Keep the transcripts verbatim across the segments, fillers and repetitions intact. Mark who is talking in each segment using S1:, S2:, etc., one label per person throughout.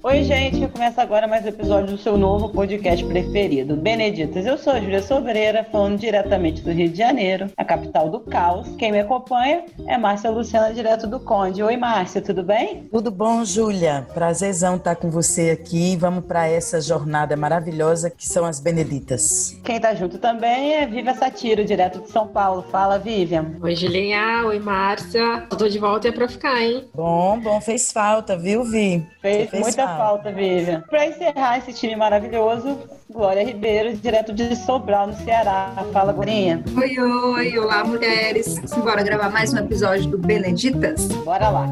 S1: Oi, gente, começa agora mais um episódio do seu novo podcast preferido, Beneditas. Eu sou a Júlia Sobreira, falando diretamente do Rio de Janeiro, a capital do caos. Quem me acompanha é Márcia Luciana, direto do Conde. Oi, Márcia, tudo bem?
S2: Tudo bom, Júlia? Prazerzão estar com você aqui. Vamos para essa jornada maravilhosa que são as Beneditas.
S1: Quem tá junto também é Vivian Satiro, direto de São Paulo. Fala, Vivian.
S3: Oi, Julinha. Oi, Márcia. Tô de volta e é pra ficar, hein?
S2: Bom, bom, fez falta, viu, Vi?
S1: Fez, fez muita falta. falta, Vivian. Para encerrar esse time maravilhoso, Glória Ribeiro, direto de Sobral, no Ceará. Fala, Glorinha.
S4: Oi, oi, olá, mulheres. Simbora gravar mais um episódio do Beneditas?
S1: Bora lá.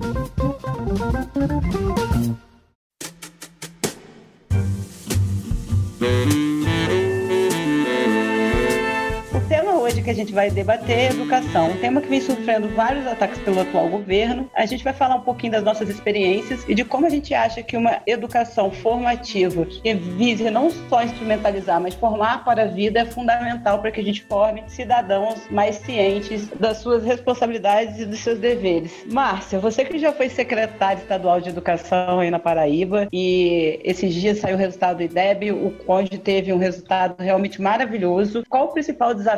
S1: O tema hoje que a gente vai debater é educação, um tema que vem sofrendo vários ataques pelo atual governo. A gente vai falar um pouquinho das nossas experiências e de como a gente acha que uma educação formativa que vise não só instrumentalizar, mas formar para a vida é fundamental para que a gente forme cidadãos mais cientes das suas responsabilidades e dos seus deveres. Márcia, você que já foi secretária estadual de educação aí na Paraíba e esses dias saiu o resultado do I D E B, o Conde teve um resultado realmente maravilhoso. Qual o principal desafio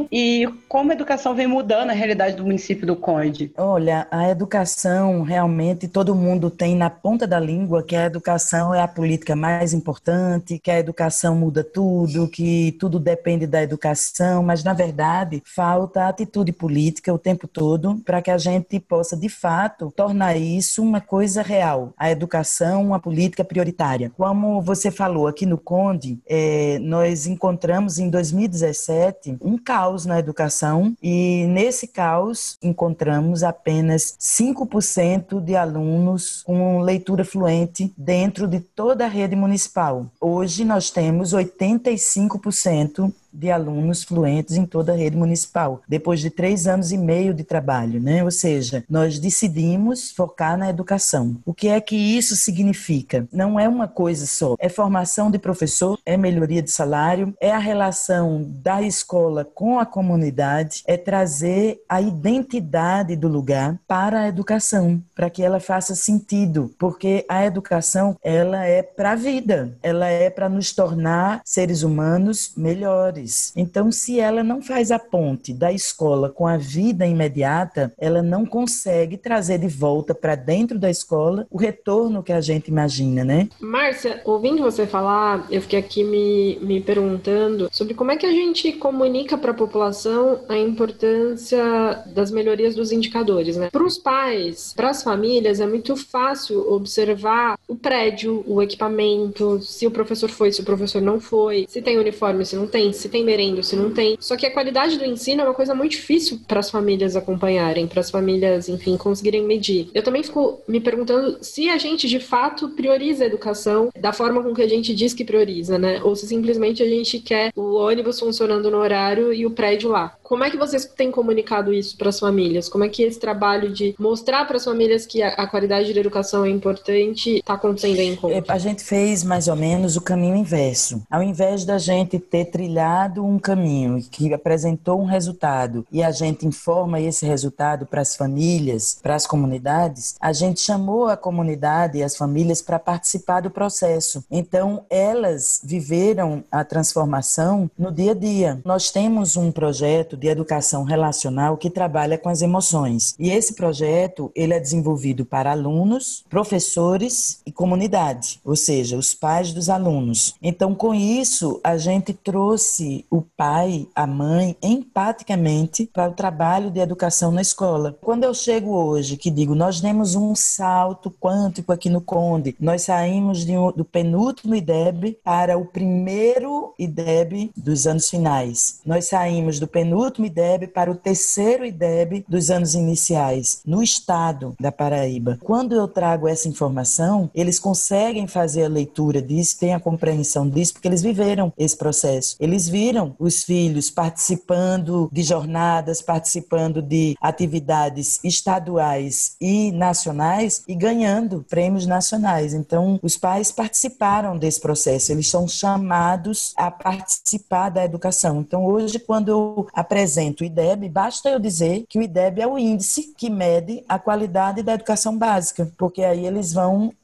S1: e como a educação vem mudando a realidade do município do Conde?
S2: Olha, a educação realmente todo mundo tem na ponta da língua que a educação é a política mais importante, que a educação muda tudo, que tudo depende da educação, mas na verdade falta atitude política o tempo todo para que a gente possa de fato tornar isso uma coisa real, a educação uma política prioritária. Como você falou aqui no Conde, é, nós encontramos em dois mil e dezessete um caos na educação e nesse caos encontramos apenas cinco por cento de alunos com leitura fluente dentro de toda a rede municipal. Hoje nós temos oitenta e cinco por cento de alunos fluentes em toda a rede municipal, depois de três anos e meio de trabalho, né? Ou seja, nós decidimos focar na educação. O que é que isso significa? Não é uma coisa só, é formação de professor, é melhoria de salário, é a relação da escola com a comunidade, é trazer a identidade do lugar para a educação, para que ela faça sentido, porque a educação, ela é para a vida, ela é para nos tornar seres humanos melhores. Então, se ela não faz a ponte da escola com a vida imediata, ela não consegue trazer de volta para dentro da escola o retorno que a gente imagina, né?
S3: Márcia, ouvindo você falar, eu fiquei aqui me, me perguntando sobre como é que a gente comunica para a população a importância das melhorias dos indicadores, né? Para os pais, para as famílias, é muito fácil observar o prédio, o equipamento, se o professor foi, se o professor não foi, se tem uniforme, se não tem, se tem merenda, se não tem. Só que a qualidade do ensino é uma coisa muito difícil para as famílias acompanharem, para as famílias, enfim, conseguirem medir. Eu também fico me perguntando se a gente, de fato, prioriza a educação da forma com que a gente diz que prioriza, né? Ou se simplesmente a gente quer o ônibus funcionando no horário e o prédio lá. Como é que vocês têm comunicado isso para as famílias? Como é que esse trabalho de mostrar para as famílias que a, a qualidade da educação é importante está acontecendo em Conde?
S2: A gente fez mais ou menos o caminho inverso. Ao invés da gente ter trilhado um caminho que apresentou um resultado e a gente informa esse resultado para as famílias, para as comunidades, a gente chamou a comunidade e as famílias para participar do processo. Então, elas viveram a transformação no dia a dia. Nós temos um projeto de educação relacional que trabalha com as emoções. E esse projeto, ele é desenvolvido para alunos, professores e comunidade, ou seja, os pais dos alunos. Então, com isso, a gente trouxe o pai, a mãe, empaticamente para o trabalho de educação na escola. Quando eu chego hoje, que digo, nós demos um salto quântico aqui no Conde, nós saímos de um, do penúltimo I D E B para o primeiro I D E B dos anos finais. Nós saímos do penúltimo I D E B para o terceiro I D E B dos anos iniciais, no estado da Paraíba. Quando eu trago essa informação, eles conseguem fazer a leitura disso, têm a compreensão disso, porque eles viveram esse processo. Eles viram os filhos participando de jornadas, participando de atividades estaduais e nacionais e ganhando prêmios nacionais. Então, os pais participaram desse processo, eles são chamados a participar da educação. Então, hoje, quando eu apresento o I D E B, basta eu dizer que o I D E B é o índice que mede a qualidade da educação básica, porque aí eles vão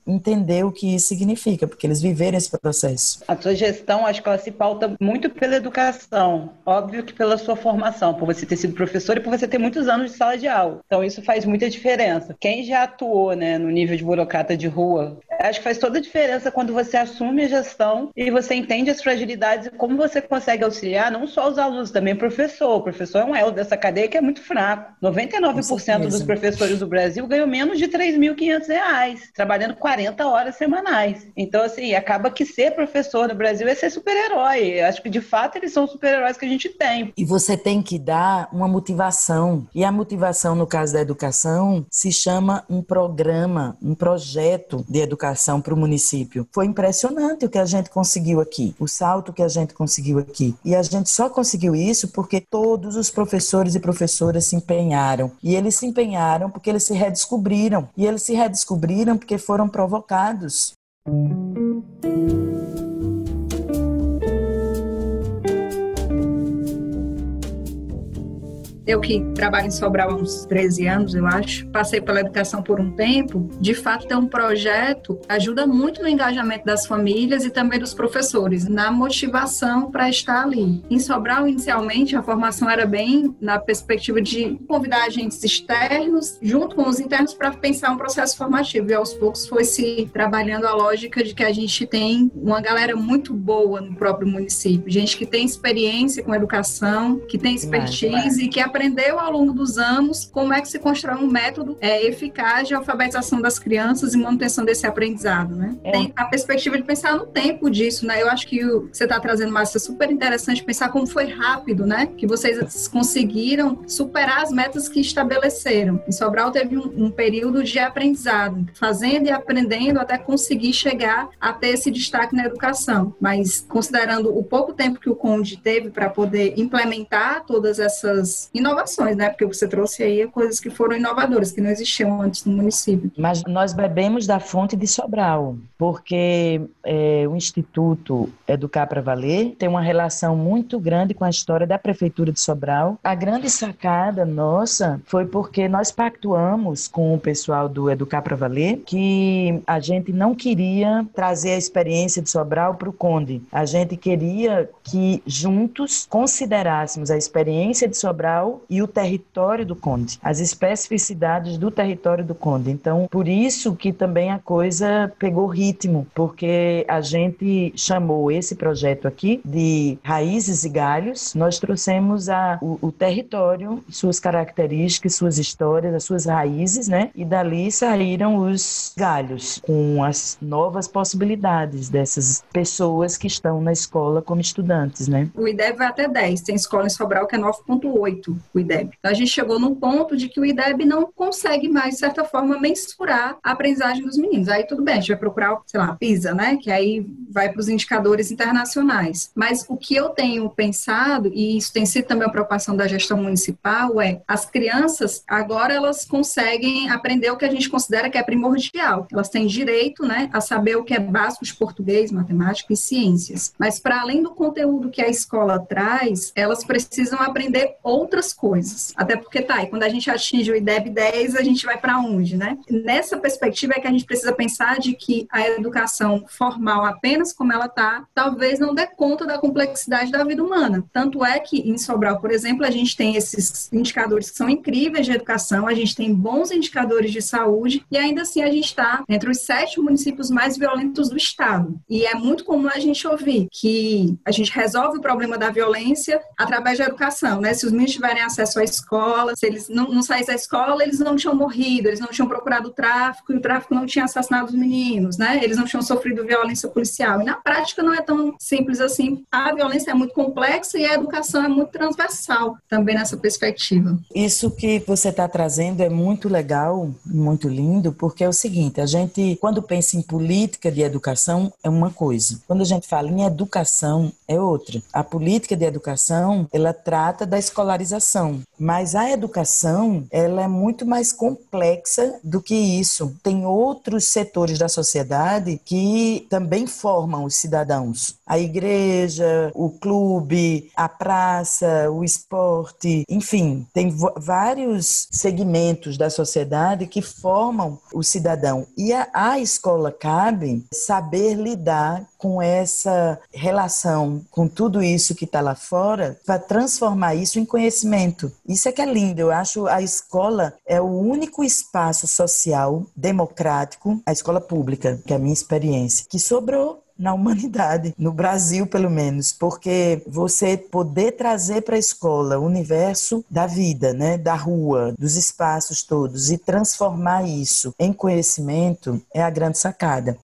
S2: entender o que isso significa, porque eles viveram esse processo.
S1: A sua gestão, acho que ela se pauta muito pela educação, óbvio que pela sua formação, por você ter sido professor e por você ter muitos anos de sala de aula. Então isso faz muita diferença. Quem já atuou, né, no nível de burocrata de rua, acho que faz toda a diferença quando você assume a gestão e você entende as fragilidades e como você consegue auxiliar não só os alunos, também o professor. O professor é um elo dessa cadeia que é muito fraco. noventa e nove por cento dos professores do Brasil ganham menos de três mil e quinhentos reais, trabalhando quarenta horas semanais. Então, assim, acaba que ser professor no Brasil é ser super-herói. Acho que, de fato, eles são os super-heróis que a gente tem.
S2: E você tem que dar uma motivação. E a motivação, no caso da educação, se chama um programa, um projeto de educação para o município. Foi impressionante o que a gente conseguiu aqui, o salto que a gente conseguiu aqui. E a gente só conseguiu isso porque todos os professores e professoras se empenharam. E eles se empenharam porque eles se redescobriram. E eles se redescobriram porque foram provocados.
S4: Eu que trabalho em Sobral há uns treze anos, eu acho, passei pela educação por um tempo, de fato ter um projeto ajuda muito no engajamento das famílias e também dos professores, na motivação para estar ali. Em Sobral, inicialmente, a formação era bem na perspectiva de convidar agentes externos, junto com os internos, para pensar um processo formativo, e aos poucos foi se trabalhando a lógica de que a gente tem uma galera muito boa no próprio município, gente que tem experiência com educação, que tem expertise e que aprendeu ao longo dos anos como é que se constrói um método é, eficaz de alfabetização das crianças e manutenção desse aprendizado, né? É. Tem a perspectiva de pensar no tempo disso, né? Eu acho que o que você está trazendo, Márcia, é super interessante pensar como foi rápido, né? Que vocês conseguiram superar as metas que estabeleceram. Em Sobral teve um, um período de aprendizado, fazendo e aprendendo até conseguir chegar a ter esse destaque na educação. Mas considerando o pouco tempo que o Conde teve para poder implementar todas essas inovações, né? Porque você trouxe aí coisas que foram inovadoras, que não existiam antes no município.
S2: Mas nós bebemos da fonte de Sobral, porque é, o Instituto Educar para Valer tem uma relação muito grande com a história da Prefeitura de Sobral. A grande sacada nossa foi porque nós pactuamos com o pessoal do Educar para Valer que a gente não queria trazer a experiência de Sobral para o Conde. A gente queria que juntos considerássemos a experiência de Sobral e o território do Conde, as especificidades do território do Conde. Então, por isso que também a coisa pegou ritmo, porque a gente chamou esse projeto aqui de Raízes e Galhos. Nós trouxemos a, o, o território, suas características, suas histórias, as suas raízes, né? E dali saíram os galhos, com as novas possibilidades dessas pessoas que estão na escola como estudantes, né?
S4: O I D E B vai até dez, tem escola em Sobral que é nove ponto oito. O I D E B. Então, a gente chegou num ponto de que o I D E B não consegue mais, de certa forma, mensurar a aprendizagem dos meninos. Aí tudo bem, a gente vai procurar, sei lá, PISA, né? Que aí vai para os indicadores internacionais. Mas o que eu tenho pensado, e isso tem sido também uma preocupação da gestão municipal, é as crianças, agora elas conseguem aprender o que a gente considera que é primordial. Elas têm direito, né, a saber o que é básico de português, matemática e ciências. Mas para além do conteúdo que a escola traz, elas precisam aprender outras coisas. Até porque, tá, e quando a gente atinge o I D E B dez, a gente vai para onde, né? Nessa perspectiva é que a gente precisa pensar de que a educação formal, apenas como ela está, talvez não dê conta da complexidade da vida humana. Tanto é que em Sobral, por exemplo, a gente tem esses indicadores que são incríveis de educação, a gente tem bons indicadores de saúde e ainda assim a gente está entre os sete municípios mais violentos do estado. E é muito comum a gente ouvir que a gente resolve o problema da violência através da educação, né? Se os meninos tiverem acesso à escola, se eles não, não saíssem da escola, eles não tinham morrido, eles não tinham procurado o tráfico, e o tráfico não tinha assassinado os meninos, né? Eles não tinham sofrido violência policial. E na prática não é tão simples assim. A violência é muito complexa e a educação é muito transversal também nessa perspectiva.
S2: Isso que você está trazendo é muito legal, muito lindo, porque é o seguinte, a gente, quando pensa em política de educação, é uma coisa. Quando a gente fala em educação, é outra. A política de educação, ela trata da escolarização. educação. Mas a educação, ela é muito mais complexa do que isso. Tem outros setores da sociedade que também formam os cidadãos. A igreja, o clube, a praça, o esporte, enfim, tem v- vários segmentos da sociedade que formam o cidadão. E a, a escola cabe saber lidar com essa relação, com tudo isso que está lá fora, para transformar isso em conhecimento. Isso é que é lindo. Eu acho a escola é o único espaço social democrático, a escola pública, que é a minha experiência, que sobrou na humanidade, no Brasil pelo menos, porque você poder trazer para a escola o universo da vida, né, da rua, dos espaços todos e transformar isso em conhecimento é a grande sacada.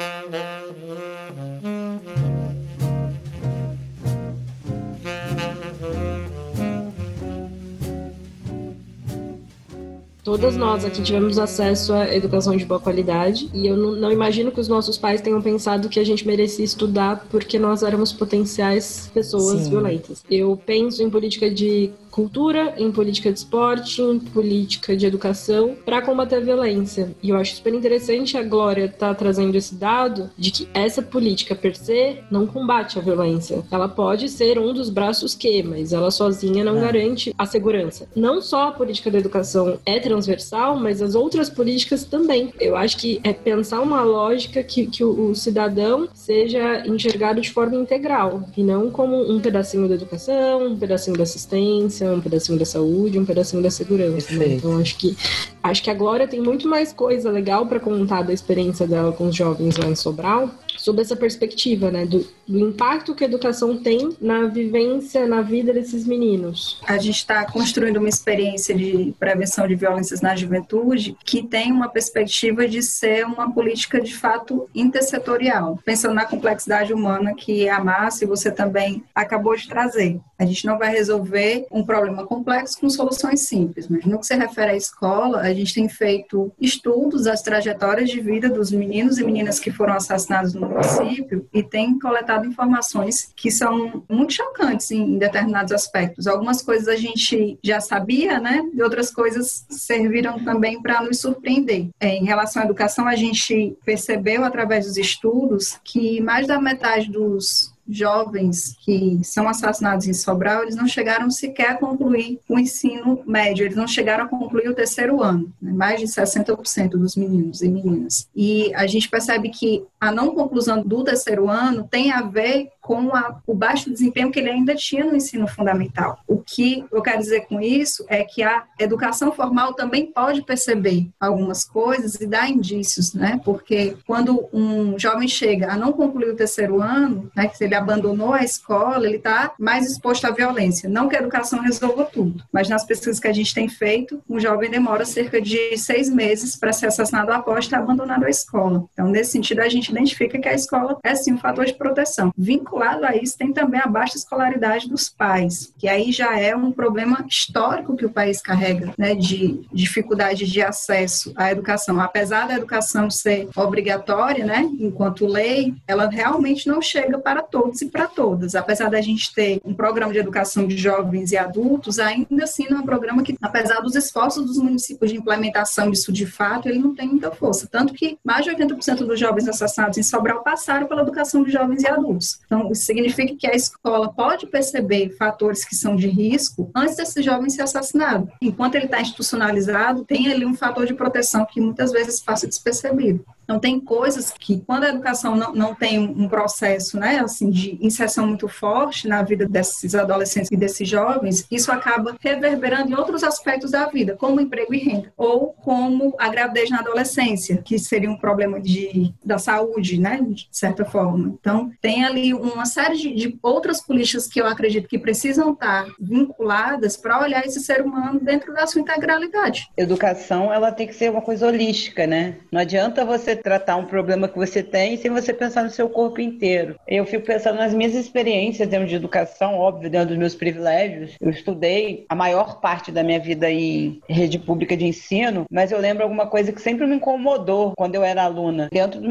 S3: Todas nós aqui tivemos acesso à educação de boa qualidade e eu não, não imagino que os nossos pais tenham pensado que a gente merecia estudar porque nós éramos potenciais pessoas
S2: Sim.
S3: violentas. Eu penso em política de cultura, em política de esporte, em política de educação para combater a violência. E eu acho super interessante a Glória estar tá trazendo esse dado de que essa política per se não combate a violência. Ela pode ser um dos braços que, mas ela sozinha não é. garante a segurança. Não só a política da educação é transversal, mas as outras políticas também. Eu acho que é pensar uma lógica que, que o, o cidadão seja enxergado de forma integral e não como um pedacinho da educação, um pedacinho da assistência, um pedacinho da saúde, um pedacinho da segurança. Né? Então acho que acho que a Glória tem muito mais coisa legal para contar da experiência dela com os jovens lá em Sobral, sob essa perspectiva, né, do, do impacto que a educação tem na vivência, na vida desses meninos.
S4: A gente está construindo uma experiência de prevenção de violências na juventude que tem uma perspectiva de ser uma política de fato intersetorial, pensando na complexidade humana que a Márcia e você também acabou de trazer. A gente não vai resolver um problema complexo com soluções simples, mas no que se refere à escola, a gente tem feito estudos das trajetórias de vida dos meninos e meninas que foram assassinados no município e tem coletado informações que são muito chocantes em determinados aspectos. Algumas coisas a gente já sabia, né? E outras coisas serviram também para nos surpreender. Em relação à educação, a gente percebeu através dos estudos que mais da metade dos jovens que são assassinados em Sobral, eles não chegaram sequer a concluir o ensino médio, eles não chegaram a concluir o terceiro ano, né? Mais de sessenta por cento dos meninos e meninas. E a gente percebe que a não conclusão do terceiro ano tem a ver com a, o baixo desempenho que ele ainda tinha no ensino fundamental. O que eu quero dizer com isso é que a educação formal também pode perceber algumas coisas e dar indícios, né? Porque quando um jovem chega a não concluir o terceiro ano, né, que se ele abandonou a escola, ele está mais exposto à violência. Não que a educação resolva tudo, mas nas pesquisas que a gente tem feito, um jovem demora cerca de seis meses para ser assassinado após ter abandonado a escola. Então, nesse sentido, a gente identifica que a escola é sim um fator de proteção. Vinculado a isso, tem também a baixa escolaridade dos pais, que aí já é um problema histórico que o país carrega, né, de dificuldade de acesso à educação. Apesar da educação ser obrigatória, né, enquanto lei, ela realmente não chega para todos e para todas. Apesar da gente ter um programa de educação de jovens e adultos, ainda assim não é um programa que, apesar dos esforços dos municípios de implementação disso de fato, ele não tem muita força. Tanto que mais de oitenta por cento dos jovens assassinados em Sobral passaram pela educação de jovens e adultos. Então, isso significa que a escola pode perceber fatores que são de risco antes desse jovem ser assassinado. Enquanto ele está institucionalizado, tem ali um fator de proteção que muitas vezes passa despercebido. Então, tem coisas que, quando a educação não, não tem um processo, né, assim, de inserção muito forte na vida desses adolescentes e desses jovens, isso acaba reverberando em outros aspectos da vida, como emprego e renda, ou como a gravidez na adolescência, que seria um problema de, da saúde, né, de certa forma. Então, tem ali uma série de, de outras políticas que eu acredito que precisam estar vinculadas para olhar esse ser humano dentro da sua integralidade.
S1: Educação, ela tem que ser uma coisa holística, né? Não adianta você tratar um problema que você tem sem você pensar no seu corpo inteiro. Eu fico pensando nas minhas experiências dentro de educação, óbvio, dentro dos meus privilégios. Eu estudei a maior parte da minha vida em rede pública de ensino, mas eu lembro alguma coisa que sempre me incomodou quando eu era aluna. Dentro dos meus privilégios,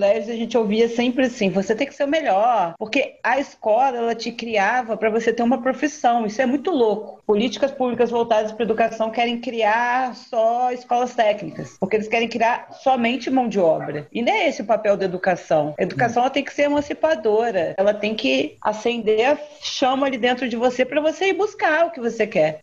S1: colégios a gente ouvia sempre assim, você tem que ser o melhor, porque a escola, ela te criava para você ter uma profissão, isso é muito louco. Políticas públicas voltadas para a educação querem criar só escolas técnicas, porque eles querem criar somente mão de obra. E não é esse o papel da educação. A educação ela tem que ser emancipadora, ela tem que acender a chama ali dentro de você para você ir buscar o que você quer.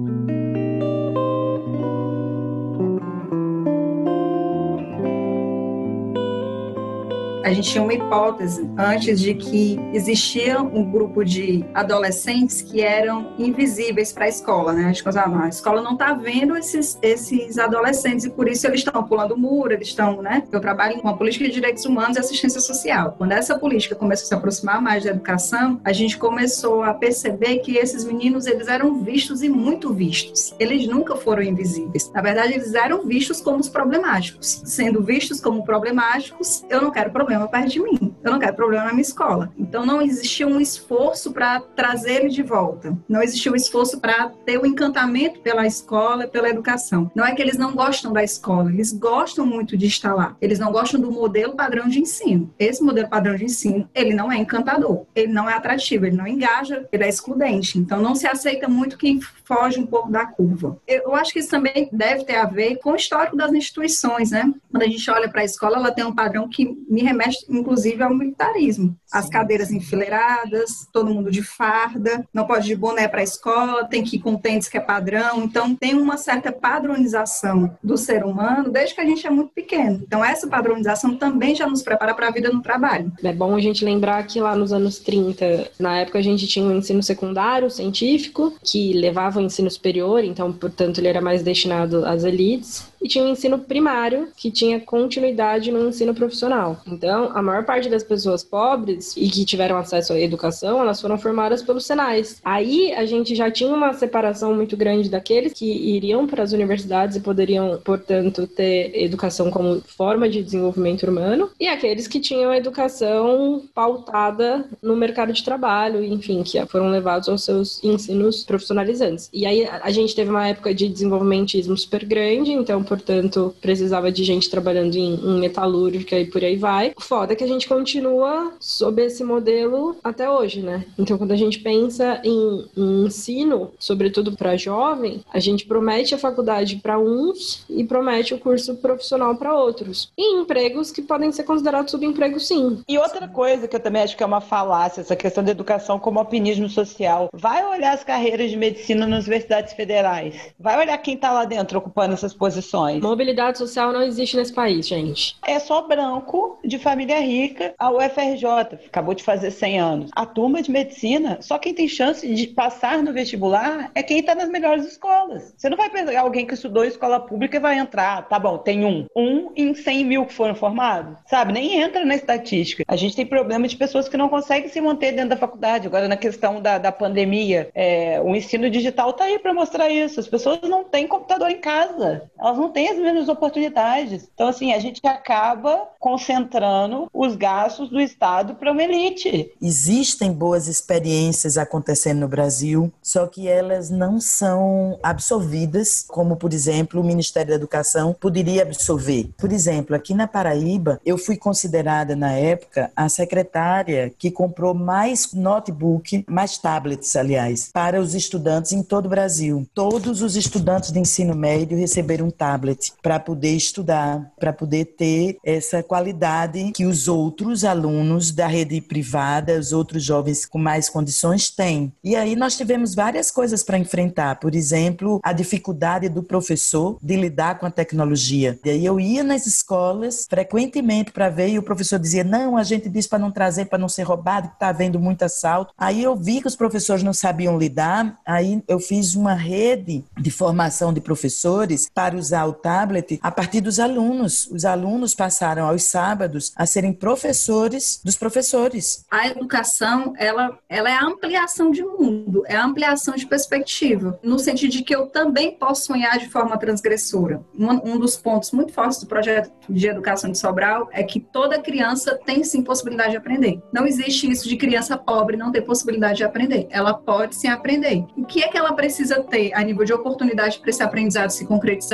S4: A gente tinha uma hipótese antes de que existia um grupo de adolescentes que eram invisíveis para a escola, né? A gente pensava, a escola não está vendo esses, esses adolescentes e por isso eles estão pulando muro, eles estão, né? Eu trabalho com a política de direitos humanos e assistência social. Quando essa política começou a se aproximar mais da educação, a gente começou a perceber que esses meninos, eles eram vistos e muito vistos. Eles nunca foram invisíveis. Na verdade, eles eram vistos como os problemáticos. Sendo vistos como problemáticos, eu não quero problema perto de mim. Eu não quero problema na minha escola. Então não existia um esforço para trazer ele de volta. Não existia um esforço para ter o encantamento pela escola e pela educação. Não é que eles não gostam da escola, eles gostam muito de estar lá. Eles não gostam do modelo padrão de ensino. Esse modelo padrão de ensino, ele não é encantador, ele não é atrativo, ele não engaja, ele é excludente. Então não se aceita muito quem foge um pouco da curva. Eu acho que isso também deve ter a ver com o histórico das instituições, né? Quando a gente olha para a escola, ela tem um padrão que me remete inclusive ao militarismo. As sim, cadeiras sim. enfileiradas, todo mundo de farda, não pode ir de boné para a escola, tem que ir com tênis que é padrão. Então tem uma certa padronização do ser humano desde que a gente é muito pequeno. Então essa padronização também já nos prepara para a vida no trabalho.
S3: É bom a gente lembrar que lá nos anos trinta, na época a gente tinha um ensino secundário científico que levava ao ensino superior, então portanto ele era mais destinado às elites. E tinha um ensino primário, que tinha continuidade no ensino profissional. Então, a maior parte das pessoas pobres e que tiveram acesso à educação, elas foram formadas pelos Senais. Aí, a gente já tinha uma separação muito grande daqueles que iriam para as universidades e poderiam, portanto, ter educação como forma de desenvolvimento humano, e aqueles que tinham educação pautada no mercado de trabalho, enfim, que foram levados aos seus ensinos profissionalizantes. E aí, a gente teve uma época de desenvolvimentismo super grande, então, portanto, precisava de gente trabalhando em, em metalúrgica e por aí vai. O foda é que a gente continua sob esse modelo até hoje, né? Então, quando a gente pensa em, em ensino, sobretudo para jovem, a gente promete a faculdade para uns e promete o curso profissional para outros. E empregos que podem ser considerados subempregos, sim.
S1: E outra coisa que eu também acho que é uma falácia, essa questão da educação como alpinismo social. Vai olhar as carreiras de medicina nas universidades federais. Vai olhar quem está lá dentro ocupando essas posições.
S3: Mobilidade social não existe nesse país, gente.
S1: É só branco, de família rica. A U F R J acabou de fazer cem anos. A turma de medicina, só quem tem chance de passar no vestibular é quem está nas melhores escolas. Você não vai pegar alguém que estudou em escola pública e vai entrar. Tá bom, tem um. Um em cem mil que foram formados. Sabe? Nem entra na estatística. A gente tem problema de pessoas que não conseguem se manter dentro da faculdade. Agora, na questão da, da pandemia, é, o ensino digital tá aí para mostrar isso. As pessoas não têm computador em casa. Elas não têm as mesmas oportunidades. Então, assim, a gente acaba concentrando os gastos do Estado para uma elite.
S2: Existem boas experiências acontecendo no Brasil, só que elas não são absorvidas, como, por exemplo, o Ministério da Educação poderia absorver. Por exemplo, aqui na Paraíba, eu fui considerada, na época, a secretária que comprou mais notebook, mais tablets, aliás, para os estudantes em todo o Brasil. Todos os estudantes de ensino médio receberam um tablet para poder estudar, para poder ter essa qualidade que os outros alunos da rede privada, os outros jovens com mais condições têm. E aí nós tivemos várias coisas para enfrentar, por exemplo, a dificuldade do professor de lidar com a tecnologia. E aí eu ia nas escolas frequentemente para ver e o professor dizia, não, a gente diz para não trazer, para não ser roubado, que está havendo muito assalto. Aí eu vi que os professores não sabiam lidar, aí eu fiz uma rede de formação de professores para usar o tablet a partir dos alunos. Os alunos passaram aos sábados a serem professores dos professores.
S4: A educação, ela, ela é a ampliação de mundo, é a ampliação de perspectiva, no sentido de que eu também posso sonhar de forma transgressora. Um, um dos pontos muito fortes do projeto de educação de Sobral é que toda criança tem sim possibilidade de aprender. Não existe isso de criança pobre não ter possibilidade de aprender. Ela pode sim aprender. O que é que ela precisa ter a nível de oportunidade para esse aprendizado se concretizar, se materializar?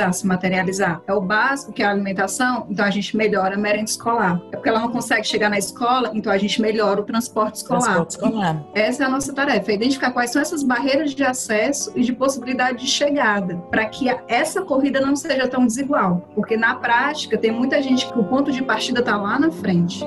S4: materializar. É o básico, que é a alimentação, então a gente melhora a merenda escolar. É porque ela não consegue chegar na escola, então a gente melhora o transporte escolar.
S2: Transporte escolar.
S4: Essa é a nossa tarefa, é identificar quais são essas barreiras de acesso e de possibilidade de chegada, para que essa corrida não seja tão desigual. Porque na prática tem muita gente que o ponto de partida está lá na frente.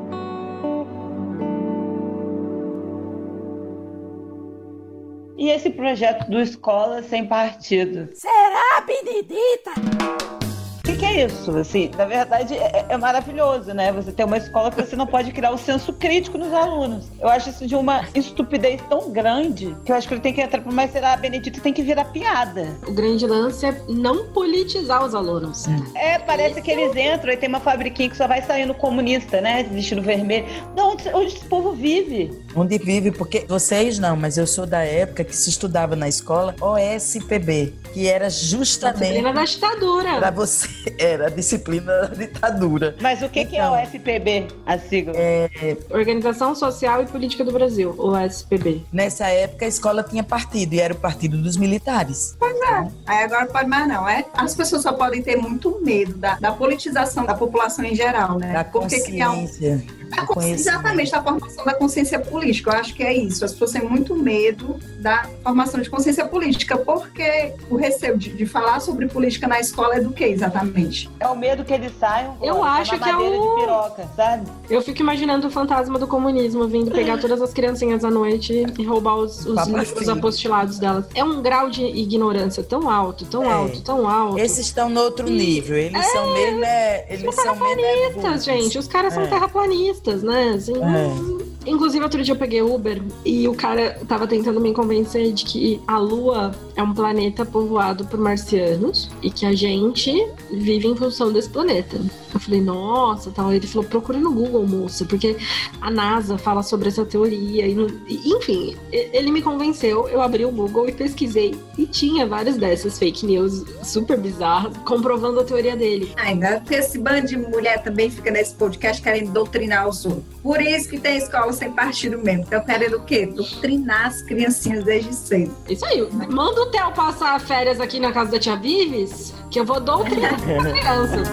S1: E esse projeto do Escola Sem Partido?
S5: Será, Benedita?
S1: O que, que é isso? Assim, na verdade, é, é maravilhoso, né? Você ter uma escola que você não pode criar o senso crítico nos alunos. Eu acho isso de uma estupidez tão grande que eu acho que ele tem que entrar, mas será a Benedita tem que virar piada.
S3: O grande lance é não politizar os alunos.
S1: É, parece Esse que eles é... entram e tem uma fabriquinha que só vai saindo comunista, né? Vestido vermelho. Não, onde, onde esse povo vive?
S2: Onde vive, porque vocês não, mas eu sou da época que se estudava na escola O S P B, que era justamente... A
S3: disciplina da ditadura.
S2: Para você, era a disciplina da ditadura.
S1: Mas o que, então, que é o O S P B, a sigla?
S2: É...
S3: Organização Social e Política do Brasil, o O S P B.
S2: Nessa época a escola tinha partido, e era o partido dos militares.
S4: Pois é, aí agora não pode mais não, é? As pessoas só podem ter muito medo da, da politização da população em geral, né?
S2: Da consciência.
S4: A consciência, exatamente, da formação da consciência política. Eu acho que é isso. As pessoas têm muito medo da formação de consciência política, porque o receio de, de falar sobre política na escola é do que exatamente?
S1: É o medo que eles saiam.
S3: Eu acho que é o...
S1: de piroca, sabe?
S3: Eu fico imaginando o fantasma do comunismo vindo pegar todas as criancinhas à noite e roubar os, os livros apostilados delas. É um grau de ignorância tão alto, tão é. alto, tão alto.
S2: Esses estão no outro e... nível. Eles é... são mesmo... É... Eles
S3: são
S2: terraplanistas,
S3: gente. Os caras é. são terraplanistas. Né? Assim, é. Inclusive, outro dia eu peguei Uber e o cara tava tentando me convencer de que a Lua é um planeta povoado por marcianos e que a gente vive em função desse planeta. Eu falei, nossa, tal. Ele falou, procura no Google, moça, porque a NASA fala sobre essa teoria. E não... Enfim, ele me convenceu, eu abri o Google e pesquisei. E tinha várias dessas fake news super bizarras, comprovando a teoria dele.
S4: Ainda esse bando de mulher também fica nesse podcast querendo doutrinar os outros. Por isso que tem escola sem partido mesmo. Então, querendo o quê? Doutrinar as criancinhas desde cedo.
S3: Isso aí. Manda o Theo passar férias aqui na casa da tia Vives, que eu vou doutrinar as crianças.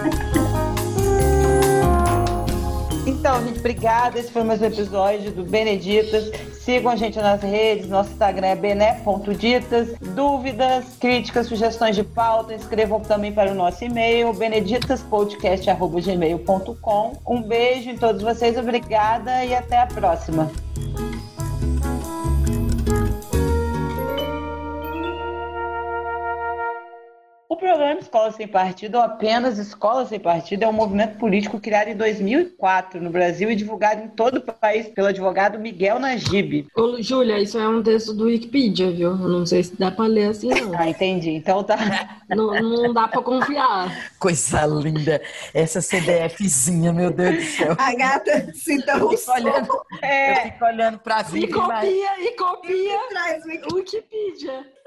S1: Então, gente, obrigada. Esse foi mais um episódio do Beneditas. Sigam a gente nas redes. Nosso Instagram é bené ponto ditas. Dúvidas, críticas, sugestões de pauta, escrevam também para o nosso e-mail, beneditaspodcast arroba gmail ponto com. Um beijo em todos vocês. Obrigada e até a próxima. O programa Escola Sem Partido, ou apenas Escola Sem Partido, é um movimento político criado em dois mil e quatro no Brasil e divulgado em todo o país pelo advogado Miguel Najib.
S3: Ô, Júlia, isso é um texto do Wikipedia, viu? Não sei se dá pra ler assim, não.
S1: Ah, entendi. Então tá.
S3: Não, não dá pra confiar.
S2: Coisa linda. Essa CDFzinha, meu Deus do céu.
S4: A gata se
S2: eu fico olhando, é... eu fico olhando pra vida.
S3: E copia, mas... e copia. E traz o Wikipedia.